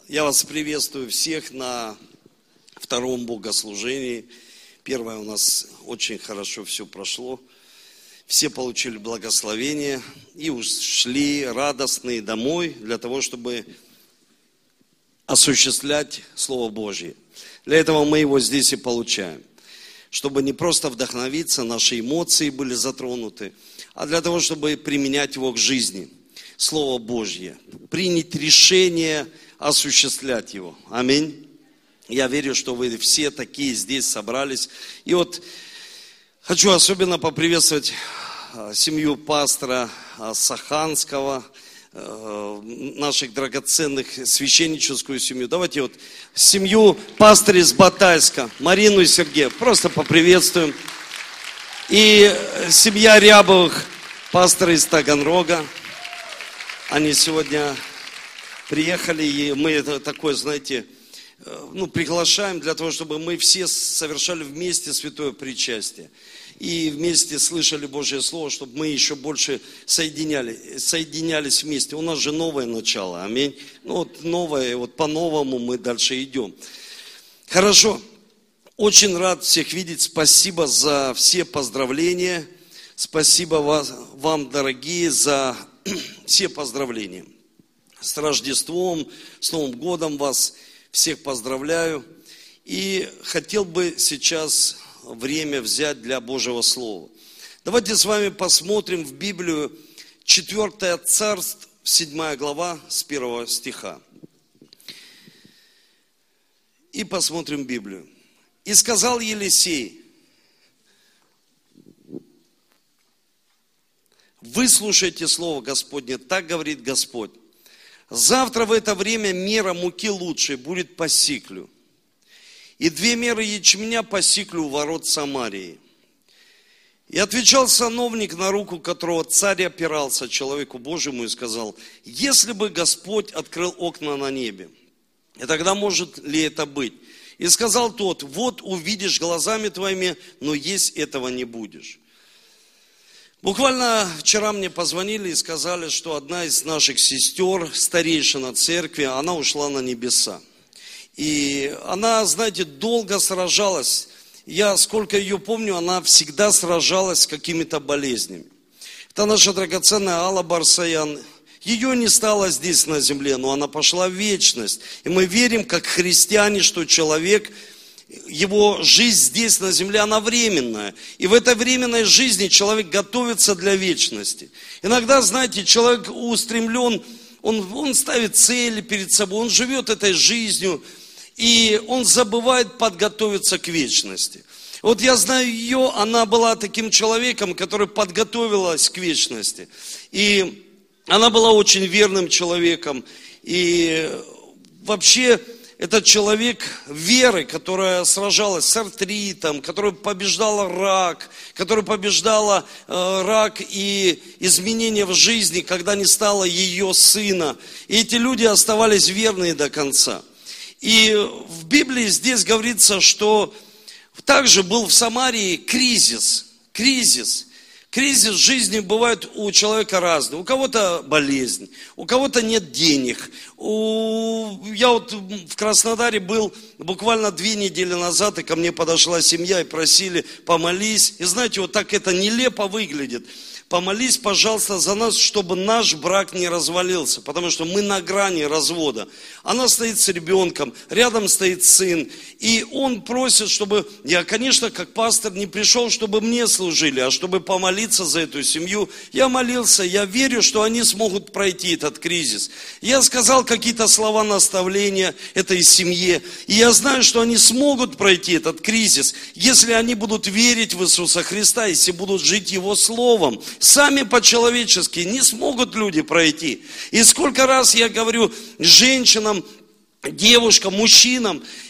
Я вас приветствую всех на втором богослужении. Первое у нас очень хорошо все прошло. Все получили благословение и ушли радостные домой для того, чтобы осуществлять Слово Божье. Для этого мы его здесь и получаем. Чтобы не просто вдохновиться, наши эмоции были затронуты, а для того, чтобы применять его к жизни. Слово Божье. Принять решение осуществлять его. Аминь. Я верю, что вы все такие здесь собрались. И вот хочу особенно поприветствовать семью пастора Саханского, наших драгоценных, священническую семью. Давайте вот семью пастора из Батайска, Марину и Сергея, просто поприветствуем. И семья Рябовых, пастора из Таганрога. Они сегодня приехали, и мы это такое, знаете, приглашаем для того, чтобы мы все совершали вместе святое причастие. И вместе слышали Божье Слово, чтобы мы еще больше соединялись вместе. У нас же новое начало, аминь. Новое, по-новому мы дальше идем. Хорошо, очень рад всех видеть. Спасибо за все поздравления. Спасибо вам, дорогие, за все поздравления. С Рождеством, с Новым годом вас всех поздравляю. И хотел бы сейчас время взять для Божьего Слова. Давайте с вами посмотрим в Библию 4 Царств, 7 глава, с 1 стиха. И посмотрим Библию. «И сказал Елисей: выслушайте слово Господне, так говорит Господь. Завтра в это время мера муки лучшей будет по сиклю, и 2 меры ячменя по сиклю у ворот Самарии. И отвечал сановник, на руку которого царь опирался, человеку Божьему, и сказал: если бы Господь открыл окна на небе, и тогда может ли это быть? И сказал тот: вот увидишь глазами твоими, но есть этого не будешь». Буквально вчера мне позвонили и сказали, что одна из наших сестер, старейшина церкви, она ушла на небеса. И она, знаете, долго сражалась. Я, сколько ее помню, она всегда сражалась с какими-то болезнями. Это наша драгоценная Алла Барсаян. Ее не стало здесь на земле, но она пошла в вечность. И мы верим, как христиане, что человек, его жизнь здесь на земле, она временная. И в этой временной жизни человек готовится для вечности. Иногда, знаете, человек устремлен, он ставит цели перед собой, он живет этой жизнью, и он забывает подготовиться к вечности. Вот я знаю ее, она была таким человеком, который подготовилась к вечности. И она была очень верным человеком. И вообще, это человек веры, которая сражалась с артритом, которая побеждала рак, и изменения в жизни, когда не стало ее сына. И эти люди оставались верные до конца. И в Библии здесь говорится, что также был в Самарии кризис. Кризис в жизни бывает у человека разный. У кого-то болезнь, у кого-то нет денег. Я вот в Краснодаре был буквально 2 недели назад, и ко мне подошла семья и просили: помолись. И знаете, вот так это нелепо выглядит. Помолись, пожалуйста, за нас, чтобы наш брак не развалился, потому что мы на грани развода. Она стоит с ребенком, рядом стоит сын, и он просит, чтобы я, конечно, как пастор не пришел, чтобы мне служили, а чтобы помолиться за эту семью. Я молился, я верю, что они смогут пройти этот кризис. Я сказал какие-то слова наставления этой семье, и я знаю, что они смогут пройти этот кризис, если они будут верить в Иисуса Христа, если будут жить Его Словом. Сами по-человечески не смогут люди пройти. И сколько раз я говорю женщинам, девушкам, мужчинам,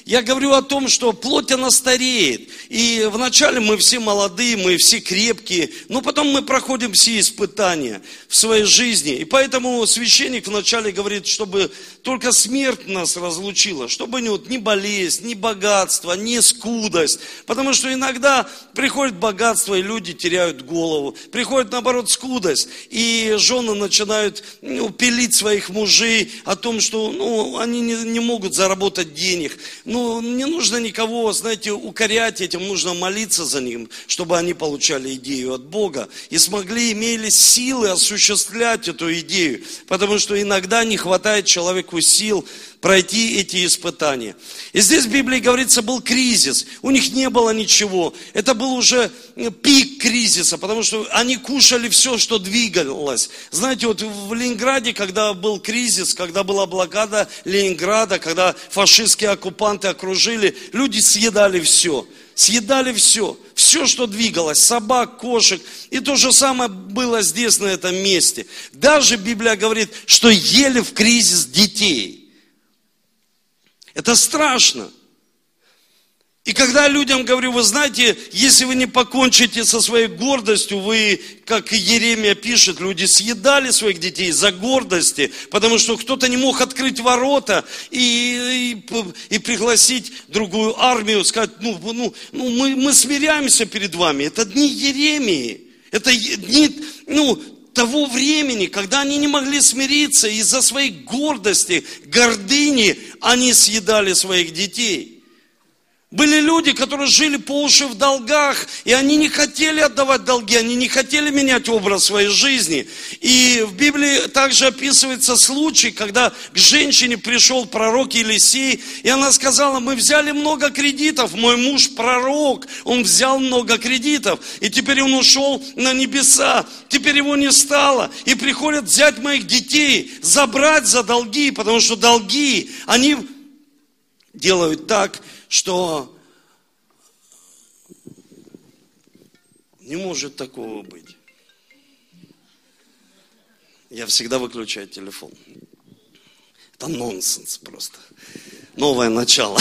я говорю о том, что плоть, она стареет. И вначале мы все молодые, мы все крепкие, но потом мы проходим все испытания в своей жизни. И поэтому священник вначале говорит, чтобы только смерть нас разлучила, чтобы ни болезнь, ни богатство, ни скудость. Потому что иногда приходит богатство, и люди теряют голову. Приходит, наоборот, скудость, и жены начинают пилить своих мужей о том, что они не могут заработать денег. Не нужно никого, знаете, укорять этим, нужно молиться за них, чтобы они получали идею от Бога и имели силы осуществлять эту идею, потому что иногда не хватает человеку сил пройти эти испытания. И здесь в Библии говорится, был кризис, у них не было ничего, это был уже пик кризиса, потому что они кушали все, что двигалось. Знаете, вот в Ленинграде, когда был кризис, когда была блокада Ленинграда, когда фашистские оккупанты окружили, люди съедали все. Все, что двигалось, собак, кошек. И то же самое было здесь, на этом месте. Даже Библия говорит, что ели в кризис детей. Это страшно. И когда людям говорю, вы знаете, если вы не покончите со своей гордостью, вы, как Иеремия пишет, люди съедали своих детей из-за гордости, потому что кто-то не мог открыть ворота и пригласить другую армию, сказать, мы смиряемся перед вами. Это дни Иеремии, это дни, того времени, когда они не могли смириться из-за своей гордости, гордыни, они съедали своих детей. Были люди, которые жили по уши в долгах, и они не хотели отдавать долги, они не хотели менять образ своей жизни. И в Библии также описывается случай, когда к женщине пришел пророк Елисей, и она сказала, мы взяли много кредитов, мой муж пророк, он взял много кредитов, и теперь он ушел на небеса, теперь его не стало, и приходят взять моих детей, забрать за долги, потому что долги, они делают так, что не может такого быть. Я всегда выключаю телефон. Это нонсенс просто. Новое начало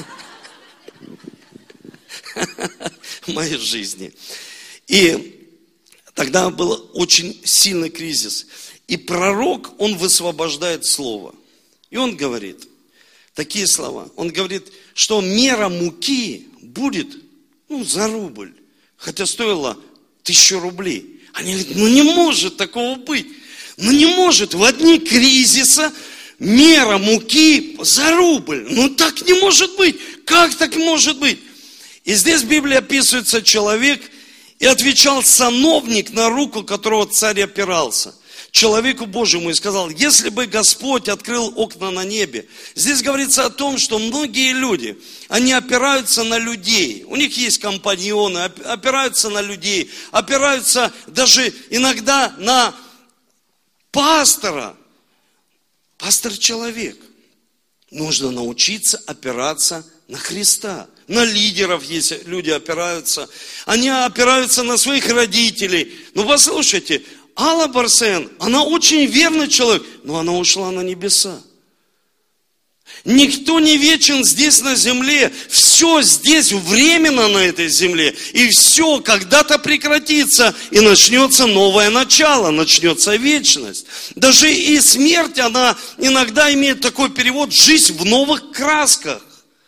в моей жизни. И тогда был очень сильный кризис. И пророк, он высвобождает слово. И он говорит такие слова. Он говорит, что мера муки будет, за рубль. Хотя стоило 1000 рублей. Они говорят, не может такого быть. Не может в одни кризиса мера муки за рубль. Так не может быть. Как так может быть? И здесь в Библии описывается человек, и отвечал сановник, на руку которого царь опирался. Человеку Божьему и сказал, если бы Господь открыл окна на небе. Здесь говорится о том, что многие люди, они опираются на людей. У них есть компаньоны, опираются на людей, опираются даже иногда на пастора. Пастор человек. Нужно научиться опираться на Христа. На лидеров, если люди опираются. Они опираются на своих родителей. Послушайте, Алла Барсен, она очень верный человек, но она ушла на небеса. Никто не вечен здесь на земле. Все здесь временно на этой земле. И все когда-то прекратится. И начнется новое начало, начнется вечность. Даже и смерть, она иногда имеет такой перевод, жизнь в новых красках.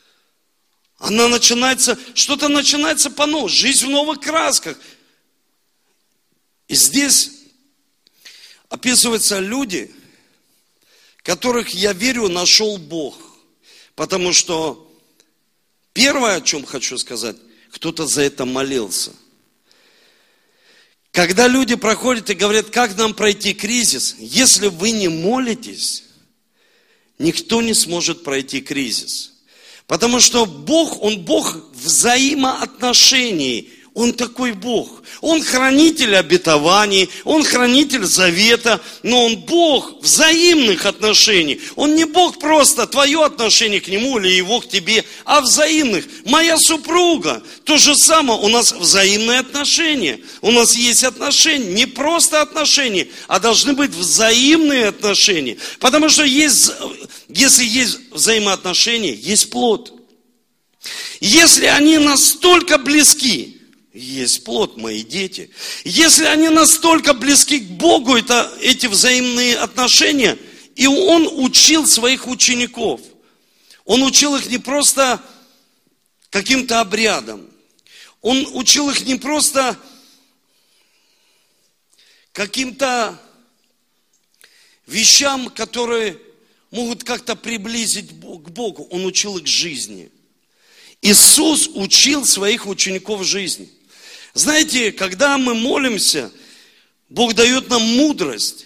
Что-то начинается по-новому, жизнь в новых красках. И здесь описываются люди, которых, я верю, нашел Бог. Потому что первое, о чем хочу сказать, кто-то за это молился. Когда люди проходят и говорят, как нам пройти кризис, если вы не молитесь, никто не сможет пройти кризис. Потому что Бог, Он Бог взаимоотношений. Он такой Бог. Он хранитель обетований, Он хранитель завета, но Он Бог взаимных отношений. Он не Бог просто твое отношение к Нему или Его к тебе, а взаимных. Моя супруга, то же самое, у нас взаимные отношения. У нас есть отношения, не просто отношения, а должны быть взаимные отношения. Потому что если есть взаимоотношения, есть плод. Если они настолько близки, есть плод, мои дети, если они настолько близки к Богу, это эти взаимные отношения, и Он учил своих учеников. Он учил их не просто каким-то обрядом. Он учил их не просто каким-то вещам, которые могут как-то приблизить к Богу. Он учил их жизни. Иисус учил своих учеников жизни. Знаете, когда мы молимся, Бог дает нам мудрость.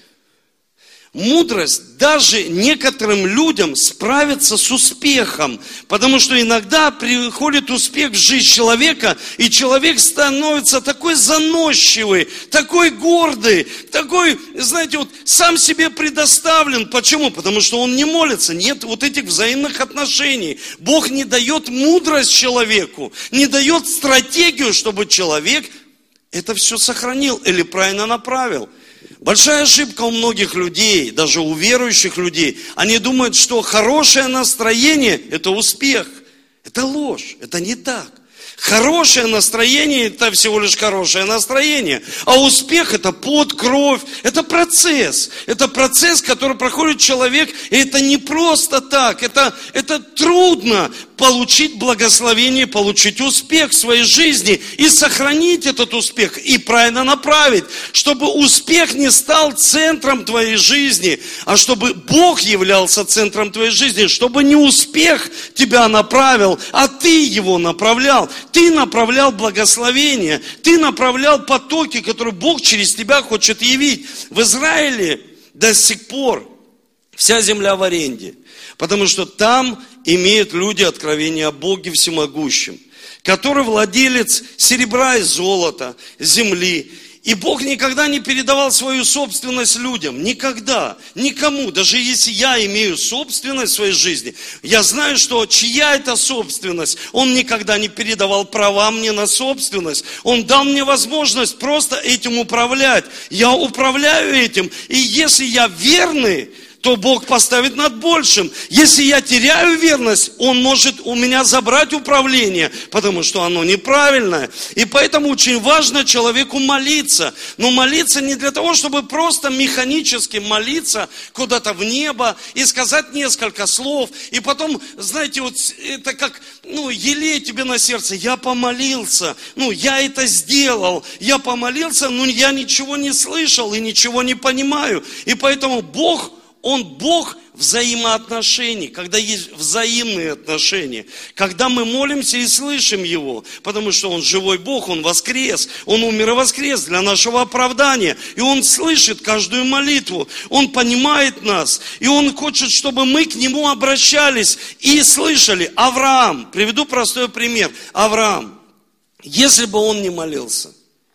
Мудрость даже некоторым людям справиться с успехом. Потому что иногда приходит успех в жизнь человека, и человек становится такой заносчивый, такой гордый, такой, знаете, вот сам себе предоставлен. Почему? Потому что он не молится, нет вот этих взаимных отношений. Бог не дает мудрость человеку, не дает стратегию, чтобы человек это все сохранил или правильно направил. Большая ошибка у многих людей, даже у верующих людей. Они думают, что хорошее настроение – это успех. Это ложь, это не так. Хорошее настроение – это всего лишь хорошее настроение. А успех – это пот, кровь, это процесс. Это процесс, который проходит человек, и это не просто так. Это трудно получить благословение, получить успех в своей жизни и сохранить этот успех, и правильно направить, чтобы успех не стал центром твоей жизни, а чтобы Бог являлся центром твоей жизни, чтобы не успех тебя направил, а ты его направлял. Ты направлял благословение, ты направлял потоки, которые Бог через тебя хочет явить. В Израиле до сих пор вся земля в аренде, потому что там имеют люди откровение о Боге всемогущем, который владелец серебра и золота, земли. И Бог никогда не передавал свою собственность людям. Никогда. Никому. Даже если я имею собственность в своей жизни, я знаю, что чья это собственность. Он никогда не передавал права мне на собственность. Он дал мне возможность просто этим управлять. Я управляю этим. И если я верный, то Бог поставит над большим. Если я теряю верность, Он может у меня забрать управление, потому что оно неправильное. И поэтому очень важно человеку молиться. Но молиться не для того, чтобы просто механически молиться куда-то в небо и сказать несколько слов. И потом, знаете, вот это как, елей тебе на сердце. Я помолился, я это сделал. Я помолился, но я ничего не слышал и ничего не понимаю. И поэтому Бог, Он Бог взаимоотношений, когда есть взаимные отношения, когда мы молимся и слышим Его, потому что Он живой Бог, Он воскрес, Он умер и воскрес для нашего оправдания, и Он слышит каждую молитву, Он понимает нас, и Он хочет, чтобы мы к Нему обращались и слышали. Авраам, приведу простой пример, Авраам, если бы он не молился,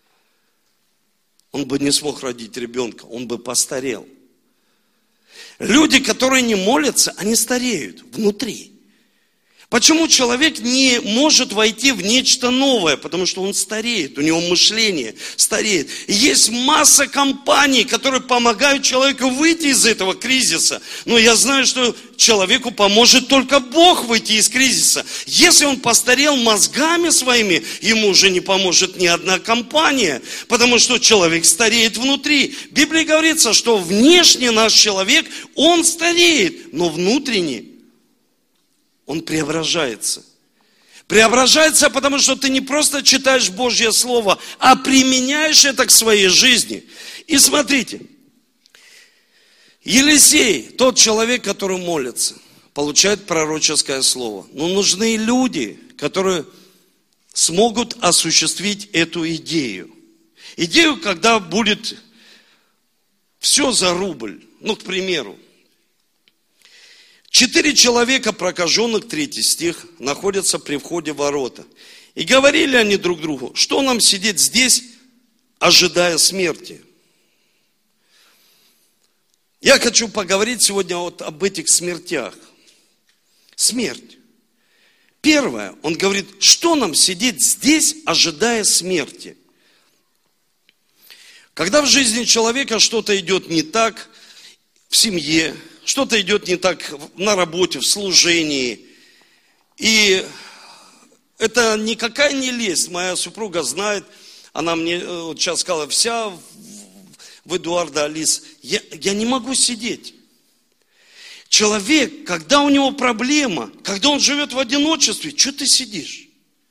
он бы не смог родить ребенка, он бы постарел. Люди, которые не молятся, они стареют внутри. Почему человек не может войти в нечто новое? Потому что он стареет, у него мышление стареет. И есть масса компаний, которые помогают человеку выйти из этого кризиса. Но я знаю, что человеку поможет только Бог выйти из кризиса. Если он постарел мозгами своими, ему уже не поможет ни одна компания, потому что человек стареет внутри. В Библии говорится, что внешне наш человек, он стареет, но внутренне он преображается. Преображается, потому что ты не просто читаешь Божье Слово, а применяешь это к своей жизни. И смотрите, Елисей, тот человек, который молится, получает пророческое слово. Но нужны люди, которые смогут осуществить эту идею. Идею, когда будет все за рубль. К примеру. 4 человека, прокаженных, 3 стих, находятся при входе в ворота. И говорили они друг другу, что нам сидеть здесь, ожидая смерти. Я хочу поговорить сегодня об этих смертях. Смерть. Первое, он говорит, что нам сидеть здесь, ожидая смерти. Когда в жизни человека что-то идет не так, в семье, что-то идет не так на работе, в служении, и Это никакая не лесть. Моя супруга знает, она мне вот сейчас сказала, вся в Эдуарда Алис. Я не могу сидеть. Человек, когда у него проблема, когда он живет в одиночестве, что ты сидишь?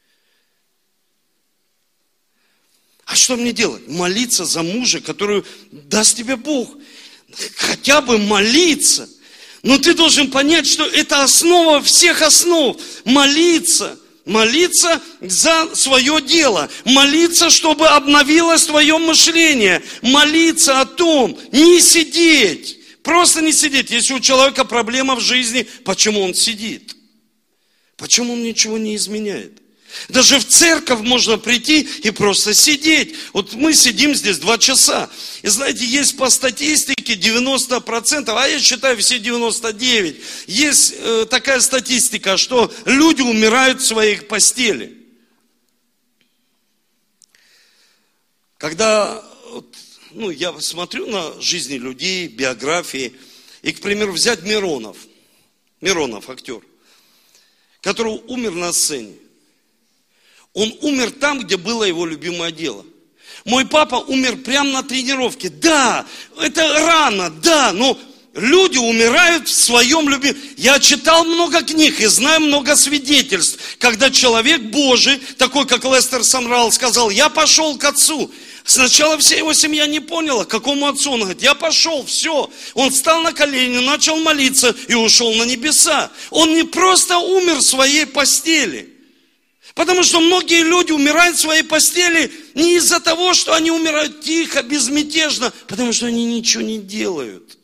А что мне делать? Молиться за мужа, который даст тебе Бог. Хотя бы молиться. Но ты должен понять, что это основа всех основ. Молиться. Молиться за свое дело. Молиться, чтобы обновилось твое мышление. Молиться о том, не сидеть. Просто не сидеть. Если у человека проблема в жизни, почему он сидит? Почему он ничего не изменяет? Даже в церковь можно прийти и просто сидеть. Вот мы сидим здесь 2 часа. И знаете, есть по статистике 90%, а я считаю все 99%. Есть такая статистика, что люди умирают в своей постели. Когда я смотрю на жизни людей, биографии, и, к примеру, взять Миронов, актер, который умер на сцене. Он умер там, где было его любимое дело. Мой папа умер прямо на тренировке. Да, это рано, да, но люди умирают в своем любимом. Я читал много книг и знаю много свидетельств, когда человек Божий, такой как Лестер Самрал, сказал, я пошел к отцу. Сначала вся его семья не поняла, к какому отцу. Он говорит, я пошел, все. Он встал на колени, начал молиться и ушел на небеса. Он не просто умер в своей постели. Потому что многие люди умирают в своей постели не из-за того, что они умирают тихо, безмятежно, потому что они ничего не делают.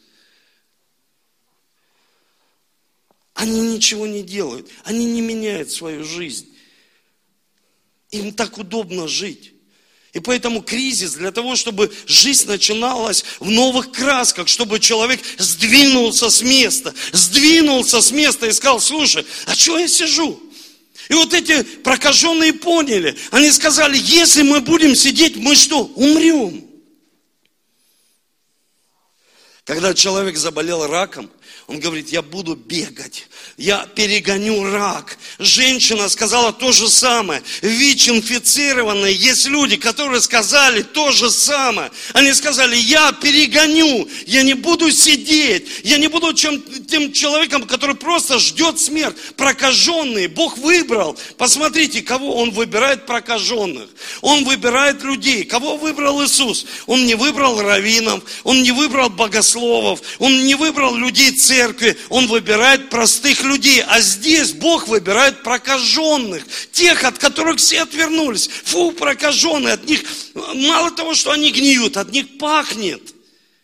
Они ничего не делают, они не меняют свою жизнь. Им так удобно жить. И поэтому кризис для того, чтобы жизнь начиналась в новых красках, чтобы человек сдвинулся с места и сказал, слушай, а что я сижу? И вот эти прокаженные поняли, они сказали, если мы будем сидеть, мы что, умрем? Когда человек заболел раком, он говорит, я буду бегать, я перегоню рак. Женщина сказала то же самое. ВИЧ-инфицированные, есть люди, которые сказали то же самое. Они сказали, я перегоню, я не буду сидеть, я не буду тем человеком, который просто ждет смерть. Прокаженные, Бог выбрал. Посмотрите, кого Он выбирает прокаженных. Он выбирает людей. Кого выбрал Иисус? Он не выбрал раввинов, Он не выбрал богословов, Он не выбрал людей церкви, Он выбирает простых людей. А здесь Бог выбирает прокаженных, тех, от которых все отвернулись. Фу, прокаженные, от них мало того, что они гниют, от них пахнет.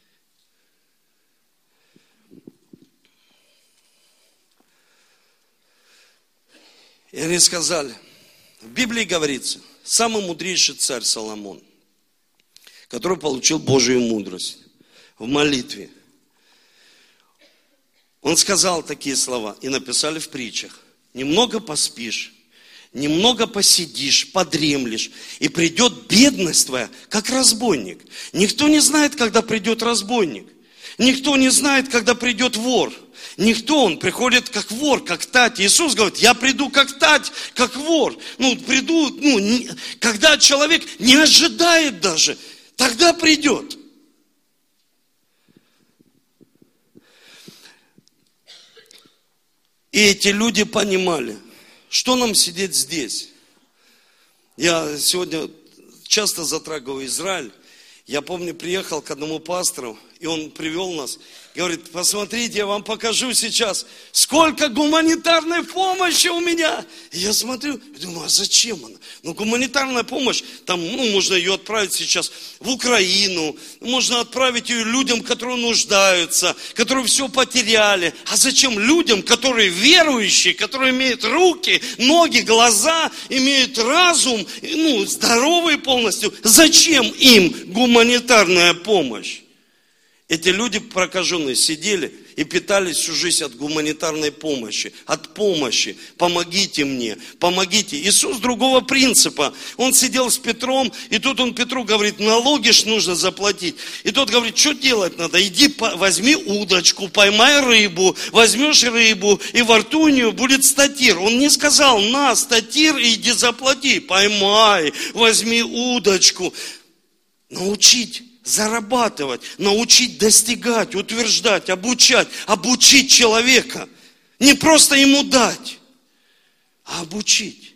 И они сказали, в Библии говорится, самый мудрейший царь Соломон, который получил Божию мудрость в молитве. Он сказал такие слова, и написали в притчах. Немного поспишь, немного посидишь, подремлешь, и придет бедность твоя, как разбойник. Никто не знает, когда придет разбойник. Никто не знает, когда придет вор. Никто, он приходит как вор, как тать. Иисус говорит, я приду как тать, как вор. Когда человек не ожидает даже, тогда придет. И эти люди понимали, что нам сидеть здесь. Я сегодня часто затрагиваю Израиль. Я помню, приехал к одному пастору, и он привел нас. Говорит, посмотрите, я вам покажу сейчас, сколько гуманитарной помощи у меня. И я смотрю, и думаю, а зачем она? Гуманитарная помощь, там, можно ее отправить сейчас в Украину, можно отправить ее людям, которые нуждаются, которые все потеряли. А зачем людям, которые верующие, которые имеют руки, ноги, глаза, имеют разум, здоровые полностью, зачем им гуманитарная помощь? Эти люди прокаженные сидели и питались всю жизнь от гуманитарной помощи, от помощи. Помогите мне, помогите. Иисус другого принципа. Он сидел с Петром, и тут он Петру говорит, налоги ж нужно заплатить. И тот говорит, что делать надо? Иди возьми удочку, поймай рыбу, возьмешь рыбу, и во рту у нее будет статир. Он не сказал, на, статир, и иди заплати. Поймай, возьми удочку. Научить зарабатывать, научить достигать, утверждать, обучить человека. Не просто ему дать, а обучить.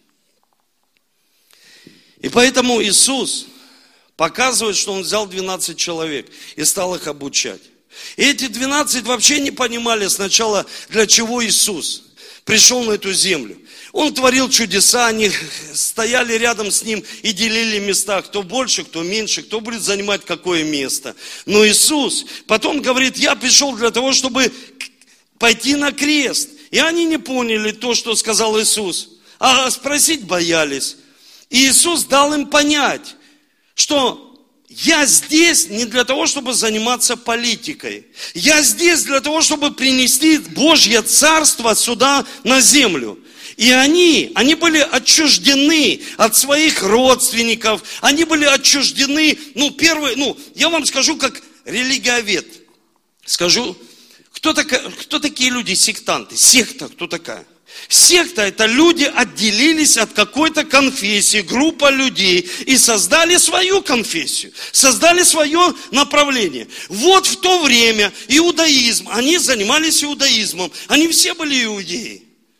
И поэтому Иисус показывает, что Он взял 12 человек и стал их обучать. И эти 12 вообще не понимали сначала, для чего Иисус пришел на эту землю. Он творил чудеса, они стояли рядом с Ним и делили места, кто больше, кто меньше, кто будет занимать какое место. Но Иисус потом говорит, я пришел для того, чтобы пойти на крест. И они не поняли то, что сказал Иисус, а спросить боялись. И Иисус дал им понять, что я здесь не для того, чтобы заниматься политикой. Я здесь для того, чтобы принести Божье Царство сюда на землю. И они были от своих родственников, они были отчуждены, я вам скажу, как религиовед, скажу, кто такие люди, сектанты, секта, кто такая? Секта – это люди отделились от какой-то конфессии, группа людей, и создали свою конфессию, создали свое направление. Вот в то время иудаизм, они занимались иудаизмом, они все были иудеи.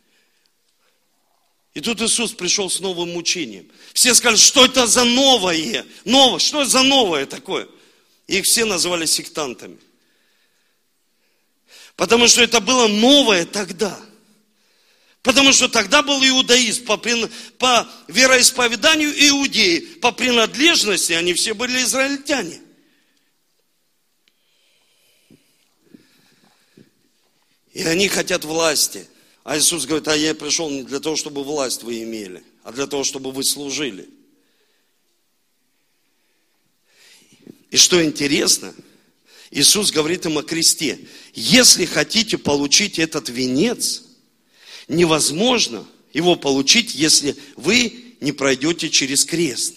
И тут Иисус пришел с новым учением. Все сказали, что это за новое? Что это за новое такое? И их все называли сектантами. Потому что это было новое тогда. Потому что тогда был иудаизм по вероисповеданию иудеи. По принадлежности они все были израильтяне. И они хотят власти. А Иисус говорит, а я пришел не для того, чтобы власть вы имели, а для того, чтобы вы служили. И что интересно, Иисус говорит им о кресте. Если хотите получить этот венец, невозможно его получить, если вы не пройдете через крест.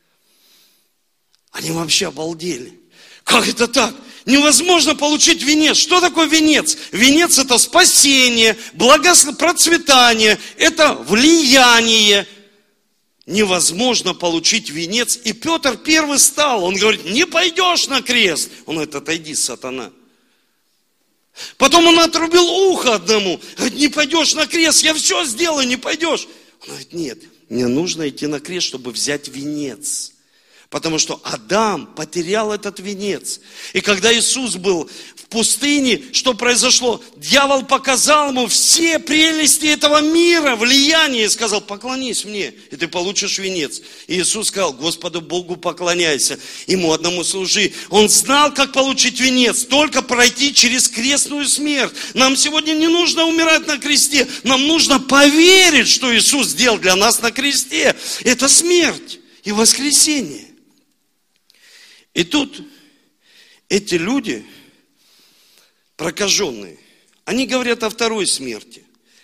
Они вообще обалдели. Как это так? Невозможно получить венец. Что такое венец? Венец – это спасение, процветание, это влияние. Невозможно получить венец. И Петр первый стал. Он говорит, не пойдешь на крест. Он говорит, отойди, сатана. Потом он отрубил ухо одному. Говорит, не пойдешь на крест, я все сделаю, не пойдешь. Он говорит, нет, мне нужно идти на крест, чтобы взять венец. Потому что Адам потерял этот венец. И когда Иисус был в пустыне, что произошло? Дьявол показал ему все прелести этого мира, влияние, и сказал, поклонись мне, и ты получишь венец. И Иисус сказал, Господу Богу поклоняйся, Ему одному служи. Он знал, как получить венец, только пройти через крестную смерть. Нам сегодня не нужно умирать на кресте, нам нужно поверить, что Иисус сделал для нас на кресте. Это смерть и воскресение. И тут эти люди, прокаженные, они говорят о второй смерти.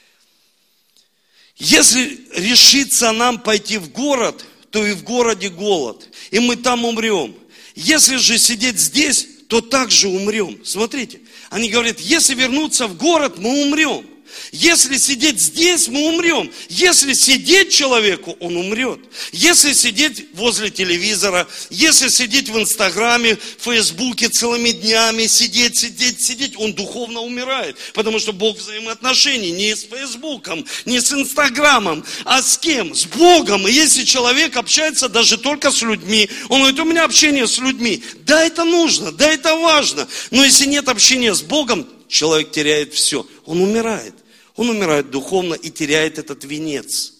Если решится нам пойти в город, то и в городе голод, и мы там умрем. Если же сидеть здесь, то также умрем. Смотрите, они говорят, если вернуться в город, мы умрем. Если сидеть здесь, мы умрем. Если сидеть человеку, он умрет. Если сидеть возле телевизора, если сидеть в Инстаграме, в Фейсбуке целыми днями, сидеть, он духовно умирает. Потому что Бог взаимоотношений не с Фейсбуком, не с Инстаграмом, а с кем? С Богом. И если человек общается даже только с людьми, он говорит, у меня общение с людьми. Да, это нужно, да, это важно. Но если нет общения с Богом, человек теряет все. Он умирает. Он умирает духовно и теряет этот венец.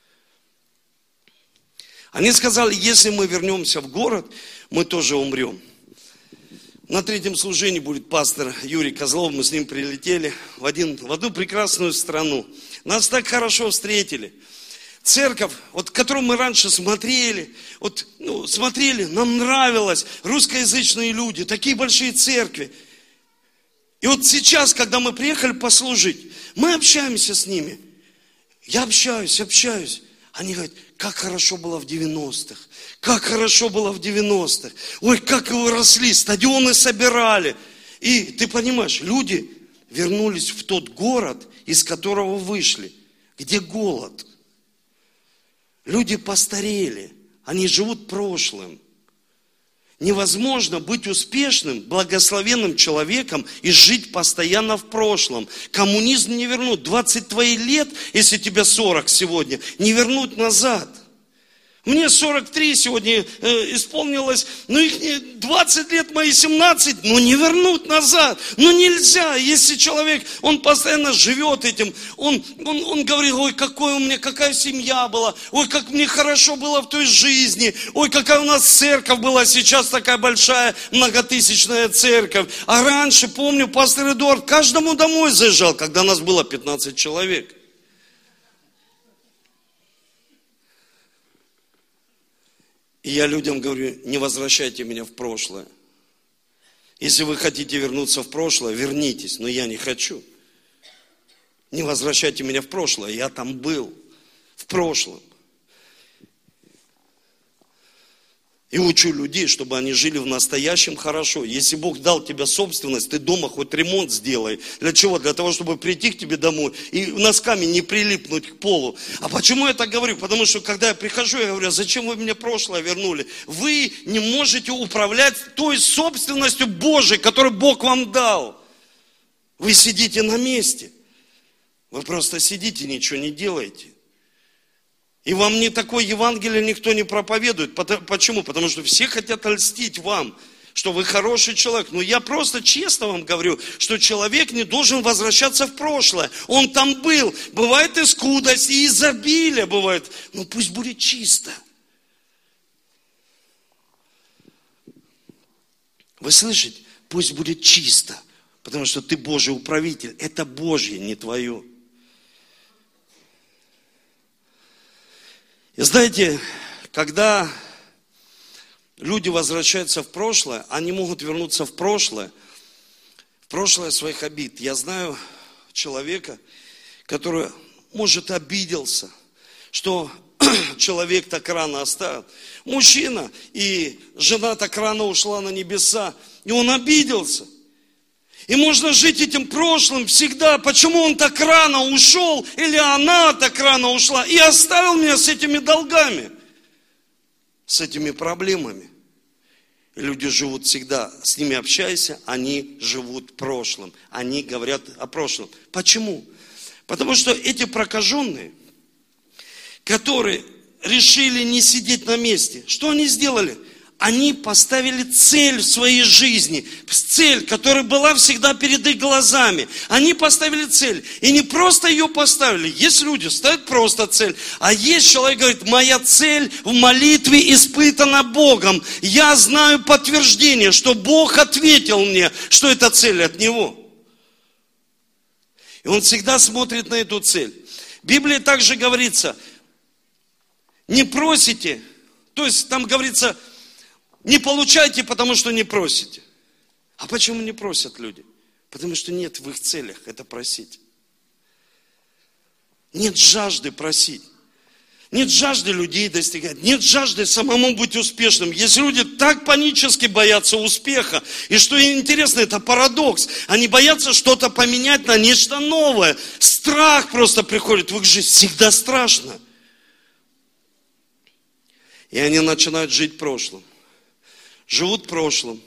Они сказали, если мы вернемся в город, мы тоже умрем. На третьем служении будет пастор Юрий Козлов, мы с ним прилетели в одну прекрасную страну. Нас так хорошо встретили. Церковь, которую мы раньше смотрели, нам нравилось, русскоязычные люди, такие большие церкви. И вот сейчас, когда мы приехали послужить, мы общаемся с ними. Я общаюсь. Они говорят, как хорошо было в 90-х. Как хорошо было в 90-х. Ой, как вы росли, стадионы собирали. И ты понимаешь, люди вернулись в тот город, из которого вышли, где голод. Люди постарели, они живут прошлым. Невозможно быть успешным, благословенным человеком и жить постоянно в прошлом. Коммунизм не вернут. 20 твоих лет, если тебе 40 сегодня, не вернуть назад. Мне 43 сегодня исполнилось, их 20 лет, мои 17, не вернуть назад. Нельзя, если человек, он постоянно живет этим, он говорит, ой, какая семья была, ой, как мне хорошо было в той жизни, ой, какая у нас церковь была, сейчас такая большая многотысячная церковь. А раньше, помню, пастор Эдуард каждому домой заезжал, когда нас было 15 человек. И я людям говорю, не возвращайте меня в прошлое. Если вы хотите вернуться в прошлое, вернитесь, но я не хочу. Не возвращайте меня в прошлое, я там был, в прошлом. И учу людей, чтобы они жили в настоящем хорошо. Если Бог дал тебе собственность, ты дома хоть ремонт сделай. Для чего? Для того, чтобы прийти к тебе домой и носками не прилипнуть к полу. А почему я так говорю? Потому что, когда я прихожу, я говорю, зачем вы мне прошлое вернули? Вы не можете управлять той собственностью Божией, которую Бог вам дал. Вы сидите на месте. Вы просто сидите, ничего не делаете. И вам не такое Евангелие никто не проповедует. Почему? Потому что все хотят льстить вам, что вы хороший человек. Но я просто честно вам говорю, что человек не должен возвращаться в прошлое. Он там был. Бывает и скудость, и изобилие бывает. Но пусть будет чисто. Вы слышите? Пусть будет чисто. Потому что ты Божий управитель. Это Божье, не твое. И знаете, когда люди возвращаются в прошлое, они могут вернуться в прошлое своих обид. Я знаю человека, который, может, обиделся, что человек так рано оставил. Мужчина, и жена так рано ушла на небеса, и он обиделся. И можно жить этим прошлым всегда. Почему он так рано ушел, или она так рано ушла, и оставил меня с этими долгами, с этими проблемами. И люди живут всегда, с ними общайся, они живут в прошлом. Они говорят о прошлом. Почему? Потому что эти прокаженные, которые решили не сидеть на месте, что они сделали? Они поставили цель в своей жизни, цель, которая была всегда перед их глазами. Они поставили цель, и не просто ее поставили. Есть люди, ставят просто цель, а есть человек, говорит, моя цель в молитве испытана Богом. Я знаю подтверждение, что Бог ответил мне, что эта цель от Него. И он всегда смотрит на эту цель. В Библии также говорится, не просите, то есть там говорится, не получайте, потому что не просите. А почему не просят люди? Потому что нет в их целях это просить. Нет жажды просить. Нет жажды людей достигать. Нет жажды самому быть успешным. Если люди так панически боятся успеха, и что интересно, это парадокс. Они боятся что-то поменять на нечто новое. Страх просто приходит в их жизнь. Всегда страшно. И они начинают жить прошлым. Живут прошлым.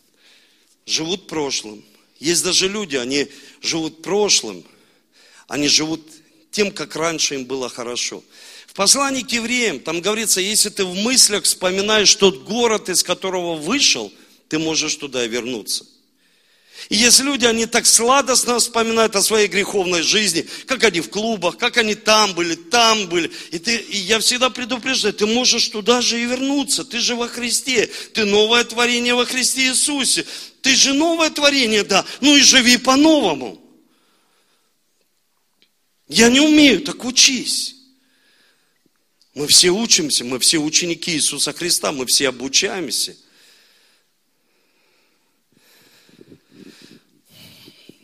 Есть даже люди, они живут прошлым, они живут тем, как раньше им было хорошо. В послании к евреям, там говорится, если ты в мыслях вспоминаешь тот город, из которого вышел, ты можешь туда вернуться. И есть люди, они так сладостно вспоминают о своей греховной жизни, как они в клубах, как они там были. И я всегда предупреждаю, ты можешь туда же и вернуться. Ты же во Христе, ты новое творение во Христе Иисусе. Ты же новое творение, да, ну и живи по-новому. Я не умею, так учись. Мы все учимся, мы все ученики Иисуса Христа, мы все обучаемся.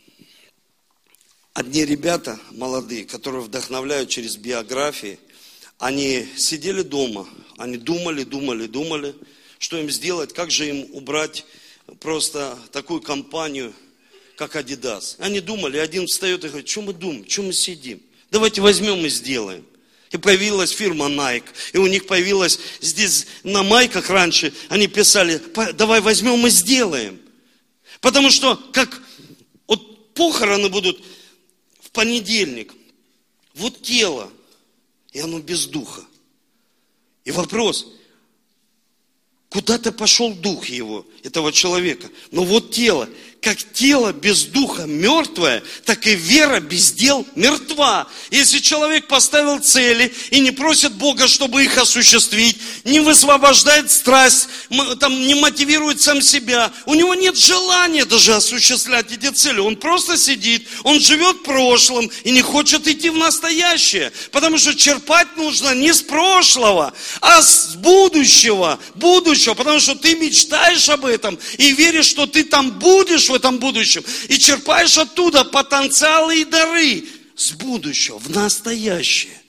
Одни ребята молодые, которые вдохновляют через биографии, они сидели дома, они думали, что им сделать, как же им убрать просто такую компанию, как Adidas. Они думали, один встает и говорит, что мы думаем, что мы сидим? Давайте возьмем и сделаем. И появилась фирма Nike, и у них появилась здесь на майках раньше, они писали, давай возьмем и сделаем. Потому что, как вот похороны будут в понедельник, вот тело, и оно без духа. И вопрос, куда-то пошел дух его, этого человека. Но вот тело, как тело без духа мертвое, так и вера без дел мертва. Если человек поставил цели и не просит Бога, чтобы их осуществить, не высвобождает страсть, не мотивирует сам себя, у него нет желания даже осуществлять эти цели. Он просто сидит, он живет прошлым и не хочет идти в настоящее. Потому что черпать нужно не с прошлого, а с будущего. Потому что ты мечтаешь об этом и веришь, что ты там будешь в этом будущем. И черпаешь оттуда потенциалы и дары с будущего в настоящее.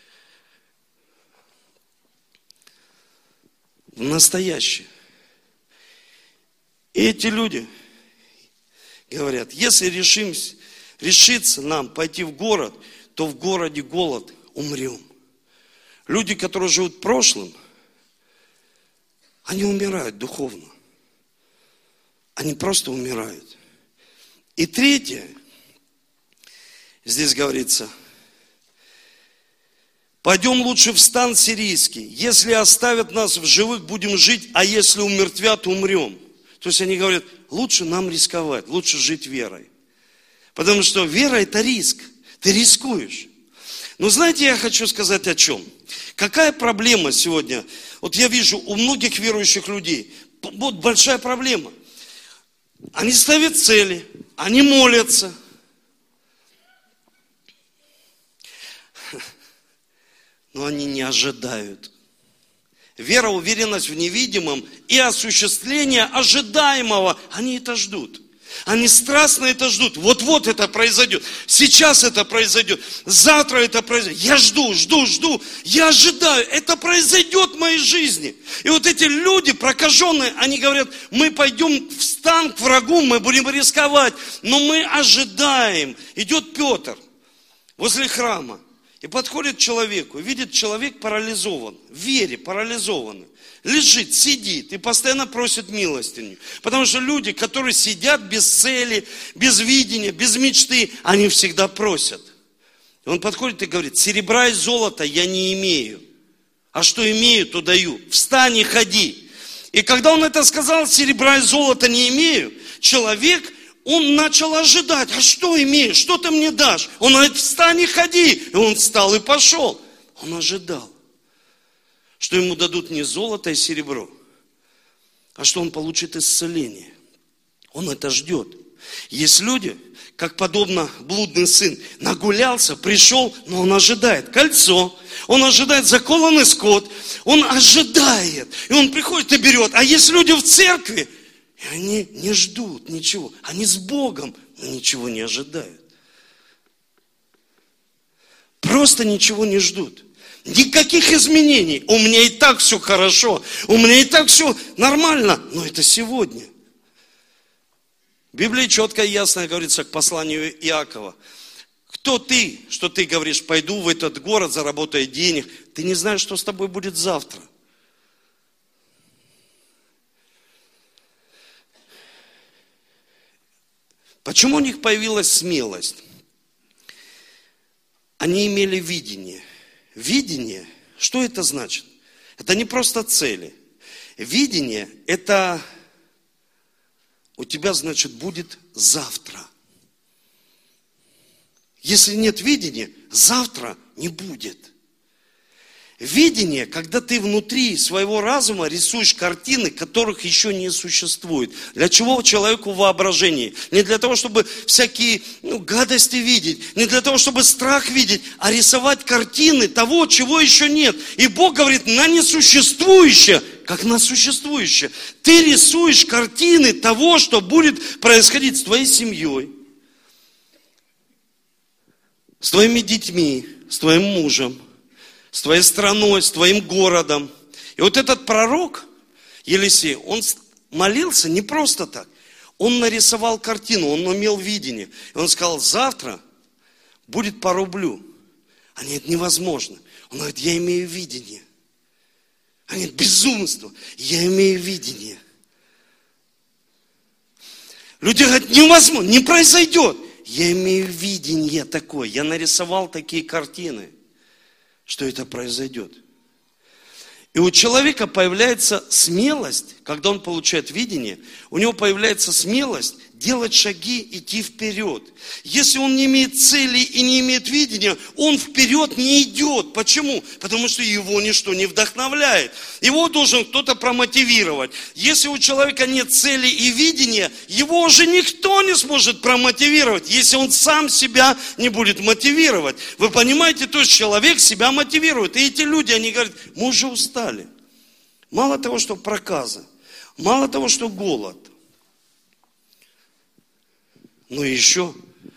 В настоящее. И эти люди говорят, если решится нам пойти в город, то в городе голод, умрем. Люди, которые живут прошлым, они умирают духовно. Они просто умирают. И третье, здесь говорится, пойдем лучше в стан сирийский. Если оставят нас в живых, будем жить, а если умертвят, умрем. То есть они говорят, лучше нам рисковать, лучше жить верой. Потому что вера – это риск. Ты рискуешь. Но знаете, я хочу сказать о чем. Какая проблема сегодня? Вот я вижу у многих верующих людей, вот большая проблема. Они ставят цели, они молятся. Но они не ожидают. Вера, уверенность в невидимом и осуществление ожидаемого, они это ждут. Они страстно это ждут. Вот-вот это произойдет. Сейчас это произойдет. Завтра это произойдет. Я жду. Я ожидаю. Это произойдет в моей жизни. И вот эти люди прокаженные, они говорят, мы пойдем в стан к врагу, мы будем рисковать. Но мы ожидаем. Идет Петр возле храма. И подходит к человеку. И видит, человек парализован. В вере парализованный. Лежит, сидит и постоянно просит милостыню. Потому что люди, которые сидят без цели, без видения, без мечты, они всегда просят. И он подходит и говорит, серебра и золота я не имею. А что имею, то даю. Встань и ходи. И когда он это сказал, серебра и золота не имею, человек, он начал ожидать. А что имею? Что ты мне дашь? Он говорит, встань и ходи. И он встал и пошел. Он ожидал, что ему дадут не золото и серебро, а что он получит исцеление. Он это ждет. Есть люди, как подобно блудный сын, нагулялся, пришел, но он ожидает кольцо, он ожидает заколанный скот, он ожидает, и он приходит и берет. А есть люди в церкви, и они не ждут ничего, они с Богом, но ничего не ожидают. Просто ничего не ждут. Никаких изменений. У меня и так все хорошо. У меня и так все нормально. Но это сегодня. В Библии четко и ясно говорится к посланию Иакова. Кто ты, что ты говоришь, пойду в этот город, заработаю денег. Ты не знаешь, что с тобой будет завтра. Почему у них появилась смелость? Они имели видение. Видение, что это значит? Это не просто цели. Видение, это у тебя, значит, будет завтра. Если нет видения, завтра не будет. Видение, когда ты внутри своего разума рисуешь картины, которых еще не существует. Для чего человеку воображение? Не для того, чтобы всякие гадости видеть, не для того, чтобы страх видеть, а рисовать картины того, чего еще нет. И Бог говорит, на несуществующее, как на существующее. Ты рисуешь картины того, что будет происходить с твоей семьей, с твоими детьми, с твоим мужем, с твоей страной, с твоим городом. И вот этот пророк Елисей, он молился не просто так. Он нарисовал картину, он имел видение. И он сказал, завтра будет по рублю. Они говорят, невозможно. Он говорит, я имею видение. Они говорят, безумство. Я имею видение. Люди говорят, невозможно, не произойдет. Я имею видение такое. Я нарисовал такие картины, что это произойдет. И у человека появляется смелость, когда он получает видение, у него появляется смелость делать шаги, идти вперед. Если он не имеет цели и не имеет видения, он вперед не идет. Почему? Потому что его ничто не вдохновляет. Его должен кто-то промотивировать. Если у человека нет цели и видения, его уже никто не сможет промотивировать, если он сам себя не будет мотивировать. Вы понимаете, то есть человек себя мотивирует. И эти люди, они говорят, мы уже устали. Мало того, что проказа, мало того, что голод, но еще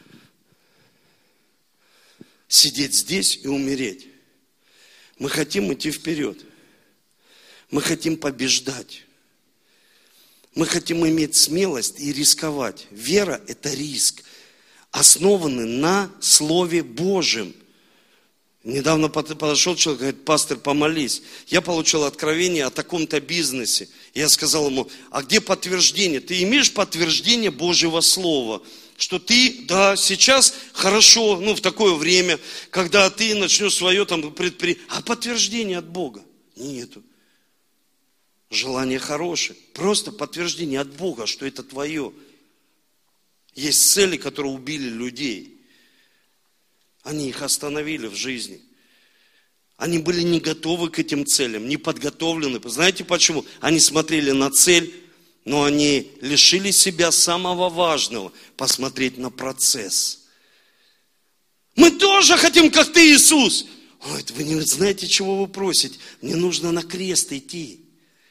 сидеть здесь и умереть. Мы хотим идти вперед. Мы хотим побеждать. Мы хотим иметь смелость и рисковать. Вера – это риск, основанный на Слове Божьем. Недавно подошел человек, говорит, пастор, помолись. Я получил откровение о таком-то бизнесе. Я сказал ему, а где подтверждение? Ты имеешь подтверждение Божьего Слова, что ты, да, сейчас хорошо, в такое время, когда ты начнешь свое предприятие. А подтверждения от Бога нету. Желание хорошее. Просто подтверждение от Бога, что это твое. Есть цели, которые убили людей. Они их остановили в жизни. Они были не готовы к этим целям, не подготовлены. Знаете почему? Они смотрели на цель, но они лишили себя самого важного – посмотреть на процесс. Мы тоже хотим, как ты, Иисус. Он говорит, вы не знаете, чего вы просите. Мне нужно на крест идти.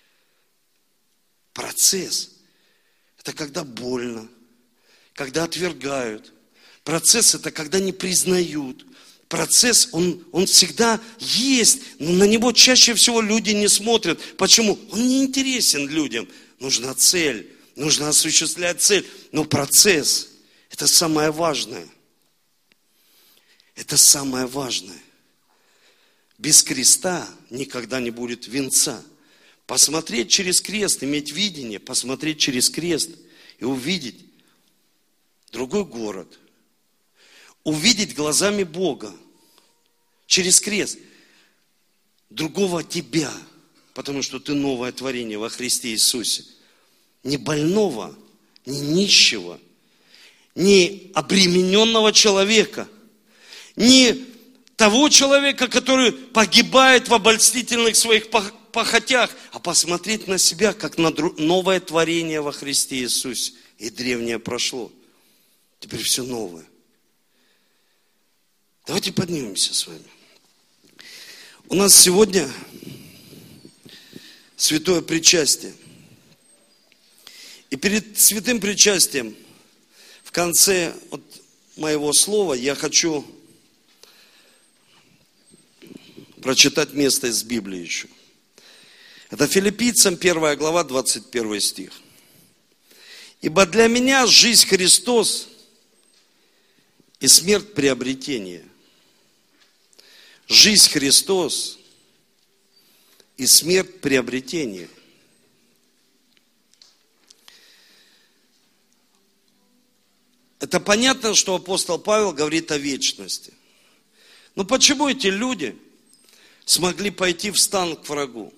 Процесс – это когда больно, когда отвергают. Процесс – это когда не признают. Процесс, он всегда есть, но на него чаще всего люди не смотрят. Почему? Он не интересен людям. Нужна цель, нужно осуществлять цель. Но процесс – это самое важное. Это самое важное. Без креста никогда не будет венца. Посмотреть через крест, иметь видение, посмотреть через крест и увидеть другой город. Увидеть глазами Бога через крест другого тебя, потому что ты новое творение во Христе Иисусе. Не больного, не нищего, не обремененного человека, не того человека, который погибает в обольстительных своих похотях, а посмотреть на себя, как на новое творение во Христе Иисусе. И древнее прошло. Теперь все новое. Давайте поднимемся с вами. У нас сегодня святое причастие. И перед святым причастием, в конце моего слова, я хочу прочитать место из Библии еще. Это Филиппийцам 1 глава, 21 стих. «Ибо для меня жизнь Христос и смерть приобретение». Жизнь Христос и смерть приобретение. Это понятно, что апостол Павел говорит о вечности. Но почему эти люди смогли пойти в стан к врагу?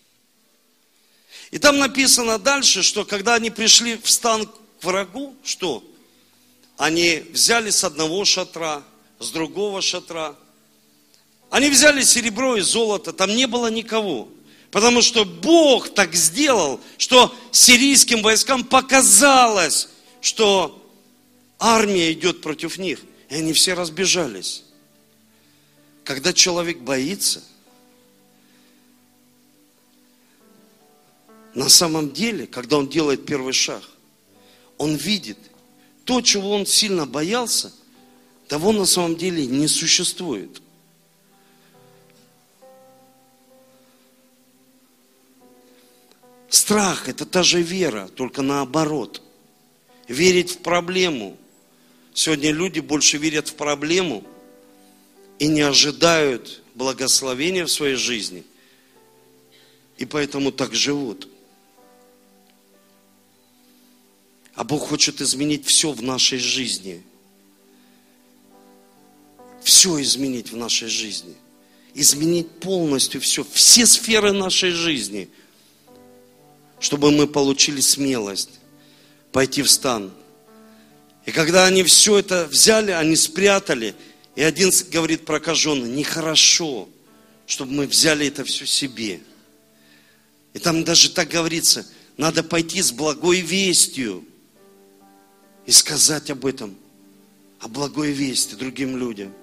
И там написано дальше, что когда они пришли в стан к врагу, что? Они взяли с одного шатра, с другого шатра. Они взяли серебро и золото, там не было никого. Потому что Бог так сделал, что сирийским войскам показалось, что армия идет против них. И они все разбежались. Когда человек боится, на самом деле, когда он делает первый шаг, он видит то, чего он сильно боялся, того на самом деле не существует. Страх – это та же вера, только наоборот. Верить в проблему. Сегодня люди больше верят в проблему и не ожидают благословения в своей жизни. И поэтому так живут. А Бог хочет изменить все в нашей жизни. Все изменить в нашей жизни. Изменить полностью все. Все сферы нашей жизни. Чтобы мы получили смелость пойти в стан. И когда они все это взяли, они спрятали. И один говорит прокаженный: нехорошо, чтобы мы взяли это все себе. И там даже так говорится: надо пойти с благой вестью и сказать об этом, о благой вести другим людям.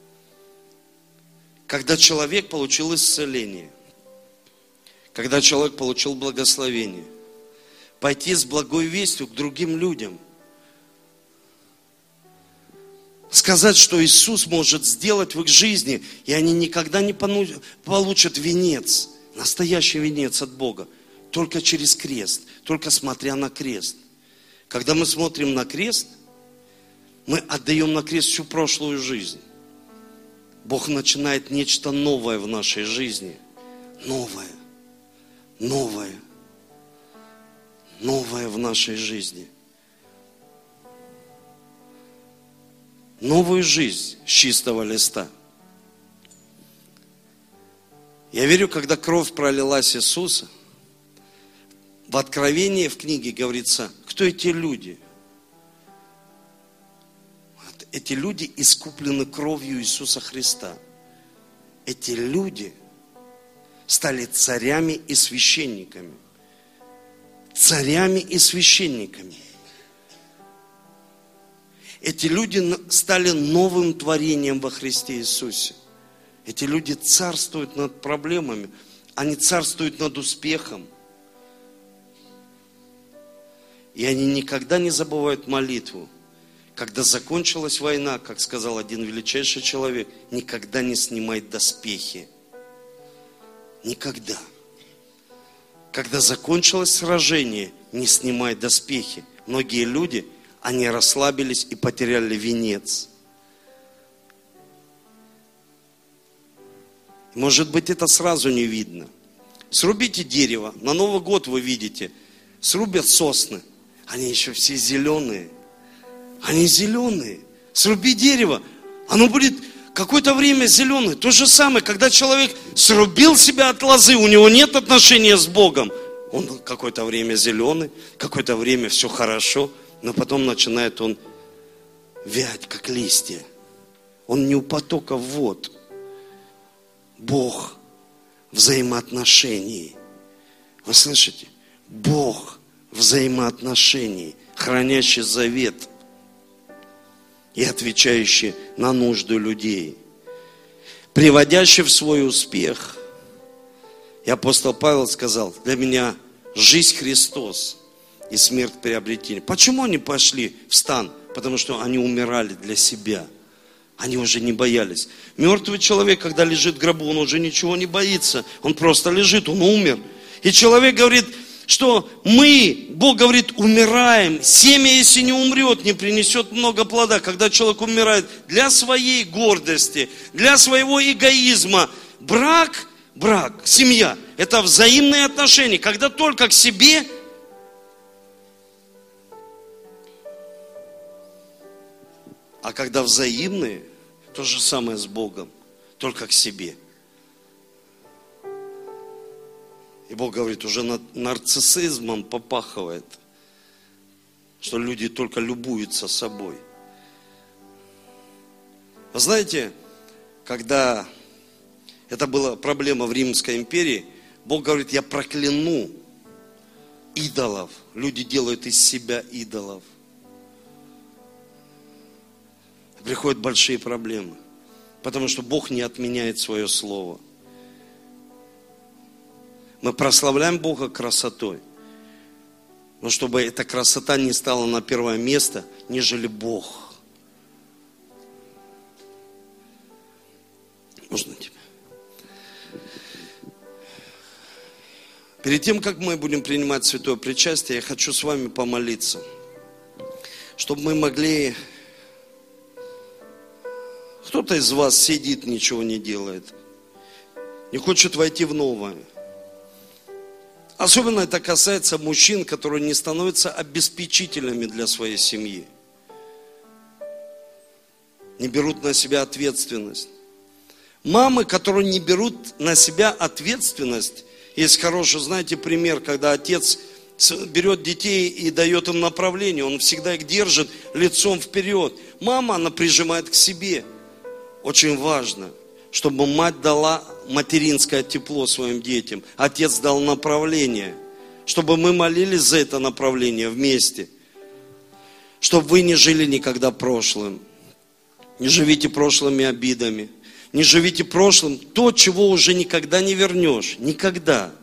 Когда человек получил исцеление, когда человек получил благословение, пойти с благой вестью к другим людям, сказать, что Иисус может сделать в их жизни, и они никогда не получат венец, настоящий венец от Бога, только через крест, только смотря на крест. Когда мы смотрим на крест, мы отдаем на крест всю прошлую жизнь. Бог начинает нечто новое в нашей жизни. Новое в нашей жизни. Новую жизнь с чистого листа. Я верю, когда кровь пролилась Иисуса, в Откровении в книге говорится, кто эти люди? Эти люди искуплены кровью Иисуса Христа. Эти люди стали царями и священниками. Царями и священниками. Эти люди стали новым творением во Христе Иисусе. Эти люди царствуют над проблемами, они царствуют над успехом. И они никогда не забывают молитву. Когда закончилась война, как сказал один величайший человек, никогда не снимай доспехи. Никогда. Когда закончилось сражение, не снимай доспехи. Многие люди, они расслабились и потеряли венец. Может быть, это сразу не видно. Срубите дерево, на Новый год вы видите, срубят сосны, они еще все зеленые. Они зеленые. Сруби дерево, оно будет какое-то время зеленое. То же самое, когда человек срубил себя от лозы, у него нет отношения с Богом. Он какое-то время зеленый, какое-то время все хорошо, но потом начинает он вять, как листья. Он не у потока вод. Бог взаимоотношений. Вы слышите? Бог взаимоотношений, хранящий завет и отвечающий на нужды людей, приводящий в свой успех. И апостол Павел сказал: для меня жизнь Христос и смерть приобретение. Почему они пошли в стан? Потому что они умирали для себя. Они уже не боялись. Мертвый человек, когда лежит в гробу, он уже ничего не боится. Он просто лежит, он умер. И человек говорит, что мы, Бог говорит, умираем. Семя, если не умрет, не принесет много плода. Когда человек умирает для своей гордости, для своего эгоизма. Брак, семья, это взаимные отношения. Когда только к себе, а когда взаимные, то же самое с Богом, только к себе. И Бог говорит, уже нарциссизмом попахивает, что люди только любуются собой. Вы знаете, когда это была проблема в Римской империи, Бог говорит, я прокляну идолов. Люди делают из себя идолов. Приходят большие проблемы, потому что Бог не отменяет свое слово. Мы прославляем Бога красотой, но чтобы эта красота не стала на первое место, нежели Бог. Можно тебя? Перед тем, как мы будем принимать святое причастие, я хочу с вами помолиться, чтобы мы могли... Кто-то из вас сидит, ничего не делает, не хочет войти в новое. Особенно это касается мужчин, которые не становятся обеспечителями для своей семьи. Не берут на себя ответственность. Мамы, которые не берут на себя ответственность. Есть хороший, знаете, пример, когда отец берет детей и дает им направление. Он всегда их держит лицом вперед. Мама, она прижимает к себе. Очень важно, чтобы мать дала материнское тепло своим детям. Отец дал направление. Чтобы мы молились за это направление вместе. Чтобы вы не жили никогда прошлым. Не живите прошлыми обидами. Не живите прошлым, то, чего уже никогда не вернешь. Никогда.